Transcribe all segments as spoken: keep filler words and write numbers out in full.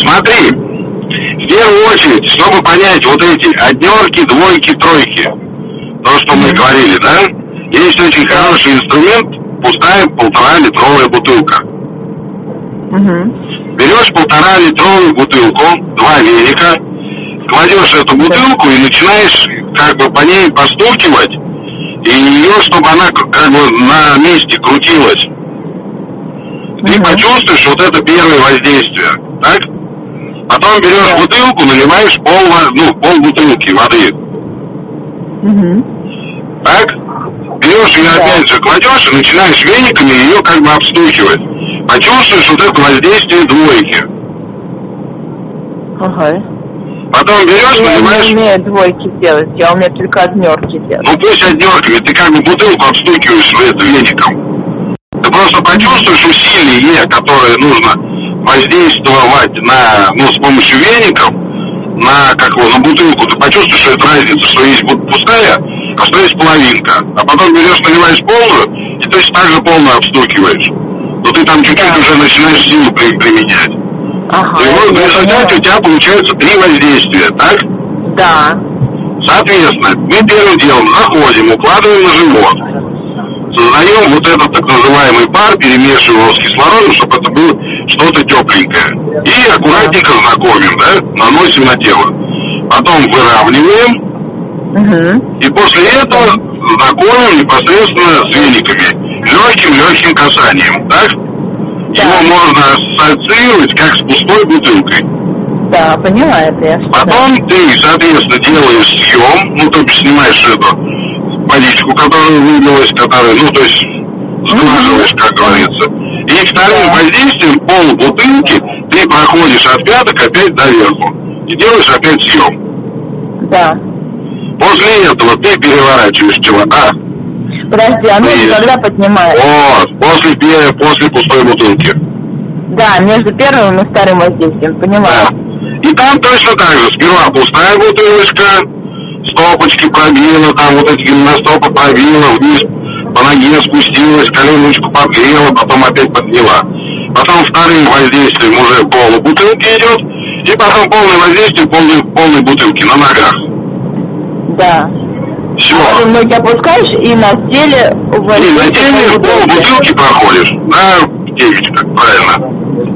Смотри, в первую очередь, чтобы понять вот эти однерки, двойки, тройки, то, что мы говорили, да, есть очень хороший инструмент, пустая полтора-литровая бутылка. Угу. Берешь полтора-литровую бутылку, два веника, кладешь эту бутылку и начинаешь как бы по ней постукивать, и ее, чтобы она как бы на месте крутилась. Ты угу. почувствуешь вот это первое воздействие, так? Потом берешь да. бутылку, наливаешь пол, ну, пол бутылки воды. Угу. Так? Берешь ее да. опять же, кладешь и начинаешь вениками ее как бы обстукивать. Почувствуешь вот это воздействие двойки. Ага. Потом берешь, я наливаешь... Я не умею двойки делать, я умею только однерки делать. Ну пусть однерками, ты как бы бутылку обстукиваешь это веником. Ты просто почувствуешь усилие, которое нужно воздействовать на, ну, с помощью веников, на, как его, на бутылку. Ты почувствуешь, что это разница, что есть пустая, а что есть половинка. А потом берешь, наливаешь полную, и точно так же полную обстукиваешь. Но ты там чуть-чуть да. уже начинаешь силу при, применять. Ага, и вот в результате у тебя получается три воздействия, так? Да. Соответственно, мы первым делом заходим, укладываем на живот, создаем вот этот так называемый пар, перемешиваем его с кислородом, чтобы это было что-то тепленькое. И аккуратненько знакомим, да, наносим на тело. Потом выравниваем, угу. и после этого знакомим непосредственно с вениками. Легким-легким касанием, так? Да. Его можно ассоциировать как с пустой бутылкой. Да, поняла это я. Потом да. ты, соответственно, делаешь съем, ну, то есть снимаешь эту водичку, которая вылилась, которая, ну, то есть сглаживаешь, как говорится. И вторым да. воздействием пол бутылки ты проходишь от пяток опять до верху. И делаешь опять съем. Да. После этого ты переворачиваешь чего-то. Подожди, а ну когда поднимаешь? Вот, после, после пустой бутылки. Да, между первым и вторым воздействием, понимаю. Да. И там точно так же. Сперва пустая бутылочка, стопочки пробила, там вот эти гимностопы пробила, вниз по ноге спустилась, коленочку подгрела, потом опять подняла. Потом вторым воздействием уже полбутылки идет, и потом полное воздействие полной, полной бутылки на ногах. Да. Все. А потом ноги опускаешь и на теле... И на теле пол бутылки проходишь. Да, девочка, правильно.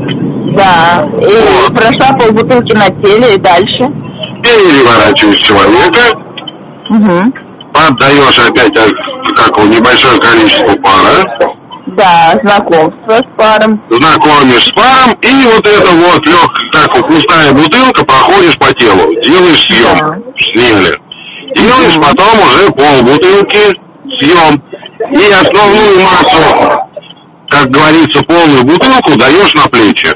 Да. И вот. Прошла полбутылки на теле и дальше. Переворачиваешь человека. Угу. Поддаешь опять как небольшое количество пара. Да, знакомство с паром. Знакомишь с паром, и вот это вот легкая, как пустая бутылка, проходишь по телу. Делаешь съем. Да. Сняли. Делаешь потом уже полбутылки, съем. И основную массу, как говорится, полную бутылку даешь на плечи.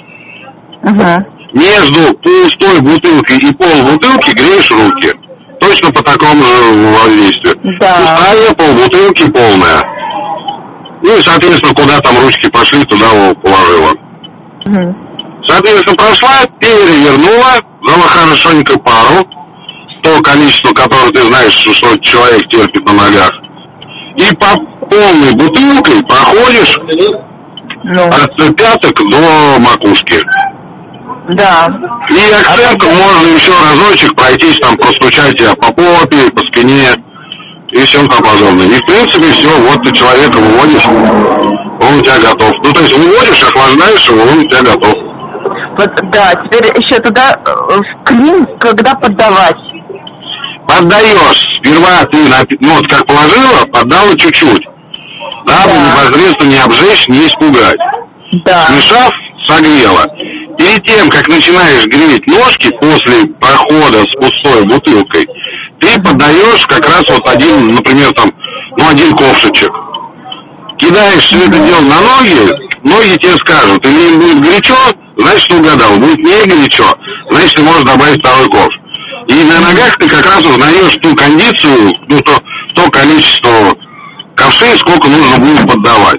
Ага. Между пустой бутылкой и полбутылки греешь руки. Точно по такому же воздействию. Да. Пустая, полбутылки, полная. Ну и, соответственно, куда там ручки пошли, туда его положила. Угу. Соответственно, прошла, перевернула, дала хорошенько пару. То количество, которое ты знаешь, что человек терпит на ногах. И по полной бутылкой проходишь ну. от пяток до макушки. Да. И акцентом а можно еще разочек пройтись, там, простучать тебя по попе, по спине и все там подобное. И в принципе все, вот ты человека выводишь, он у тебя готов. Ну то есть выводишь, охлаждаешь его, он у тебя готов. Вот, да, теперь еще туда в клин, когда поддавать. Поддаешь. Сперва ты, ну вот как положила, поддала чуть-чуть. Дабы да. непосредственно не обжечь, не испугать. Да. Смешав, согрела. Перед тем, как начинаешь греть ножки после прохода с пустой бутылкой, ты поддаешь как раз вот один, например, там, ну один ковшичек. Кидаешь все это дело на ноги, ноги тебе скажут, или им будет горячо, значит угадал. Будет не горячо, значит ты можешь добавить второй ковш. И на ногах ты как раз узнаешь ту кондицию, ну то, то количество ковшей, сколько нужно будет поддавать.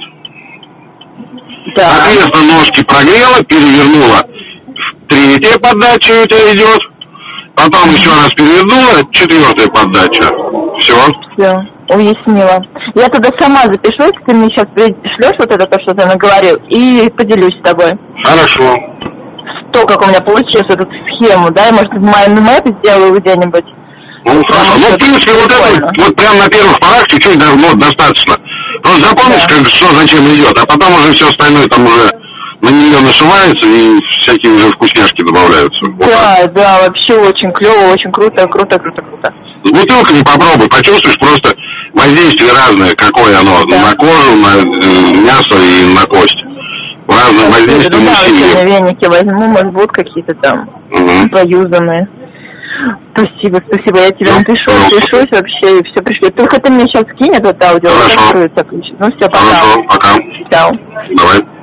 Да. Соответственно, ножки прогрела, перевернула. Третья поддача у тебя идет. Потом еще раз перевернула, четвертая поддача. Все. Все, уяснила. Я тогда сама запишу, если ты мне сейчас пришлешь вот это, то, что ты наговорил, и поделюсь с тобой. Хорошо. то, как у меня получилось, эту схему, да, и, может, в майнд-мэп сделаю где-нибудь. Ну, хорошо. Ну, в принципе, вот это, вот прям на первых порах чуть-чуть, да, ну, достаточно. Просто запомнишь, да. Как, что зачем идет, а потом уже все остальное там уже на нее нашивается и всякие уже вкусняшки добавляются. Вот да, так. Да, вообще очень клево, очень круто, круто, круто, круто. С бутылками попробуй, почувствуешь просто воздействие разное, какое оно, да. На кожу, на э, мясо и на кость. Разное воздействие на семьи. Да, веники возьму, может, будут какие-то там угу. Поюзанные. Спасибо, спасибо, я тебе ну, напишу, напишусь вообще, и все пришлю. Только ты мне сейчас скинь этот аудио, хорошо. Откроется, ну все, пока. Хорошо, пока. Чао. Давай.